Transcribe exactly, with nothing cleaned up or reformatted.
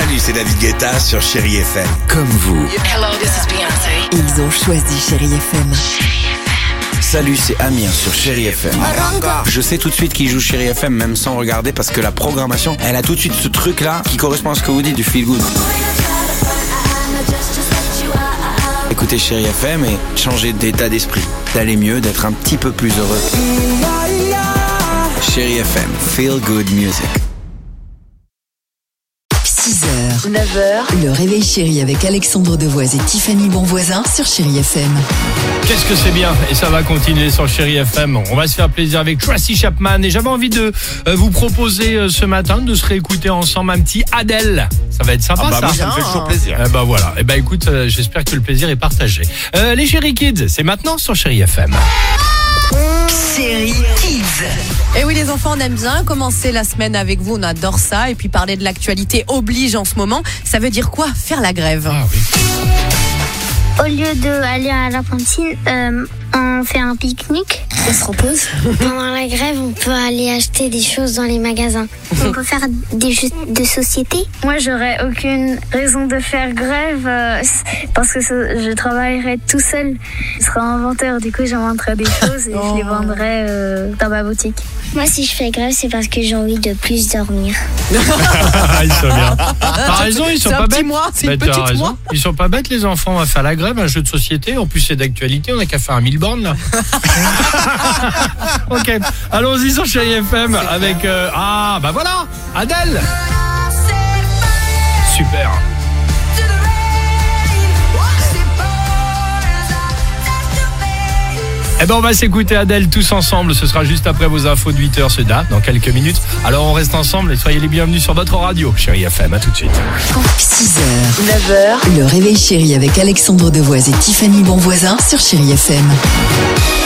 Salut, c'est David Guetta sur Chérie F M. Comme vous. Hello, this is Beyoncé. Ils ont choisi Chérie F M. Salut, c'est Amir sur Chérie F M. Je sais tout de suite qui joue Chérie F M, même sans regarder, parce que la programmation, elle a tout de suite ce truc-là qui correspond à ce que vous dites du feel good. Écoutez Chérie F M et changez d'état d'esprit, d'aller mieux, d'être un petit peu plus heureux. Chérie F M, feel good music. six heures, neuf heures, le réveil chéri avec Alexandre Devoise et Tiffany Bonvoisin sur Chérie F M. Qu'est-ce que c'est bien, et ça va continuer sur Chérie F M. On va se faire plaisir avec Tracy Chapman et j'avais envie de euh, vous proposer euh, ce matin de se réécouter ensemble un petit Adele. Ça va être sympa. Ah bah ça. moi, ça me fait toujours plaisir. Eh bah voilà. Et bah écoute, euh, j'espère que le plaisir est partagé. Euh, les Chérie Kids, c'est maintenant sur Chérie F M. Chérie Kids. Et oui les enfants, on aime bien commencer la semaine avec vous, on adore ça. Et puis parler de l'actualité oblige en ce moment. Ça veut dire quoi, faire la grève? Ah oui. Au lieu d'aller à la cantine, euh, on fait un pique-nique. On se repose. Pendant la grève, on peut aller acheter des choses dans les magasins. On peut faire des jeux de société. Moi, j'aurais aucune raison de faire grève euh, parce que je travaillerais tout seul. Je serais inventeur, du coup, j'inventerais des choses et oh. je les vendrais euh, dans ma boutique. Moi, si je fais grève, c'est parce que j'ai envie de plus dormir. Ils sont bien. T'as raison, ils sont C'est pas un petit bêtes. mois, c'est une Bah, t'as petite raison. mois. Ils sont pas bêtes les enfants, on va faire la grève, un jeu de société. En plus c'est d'actualité, on a qu'à faire un mille bornes là. Ok, allons-y sur Chérie F M avec euh, ah bah voilà, Adele. Super. Eh ben on va s'écouter Adele tous ensemble, ce sera juste après vos infos de huit heures ce date, dans quelques minutes. Alors on reste ensemble et soyez les bienvenus sur votre radio, Chérie F M, à tout de suite. six heures, neuf heures, le réveil chéri avec Alexandre Devoise et Tiffany Bonvoisin sur Chérie F M.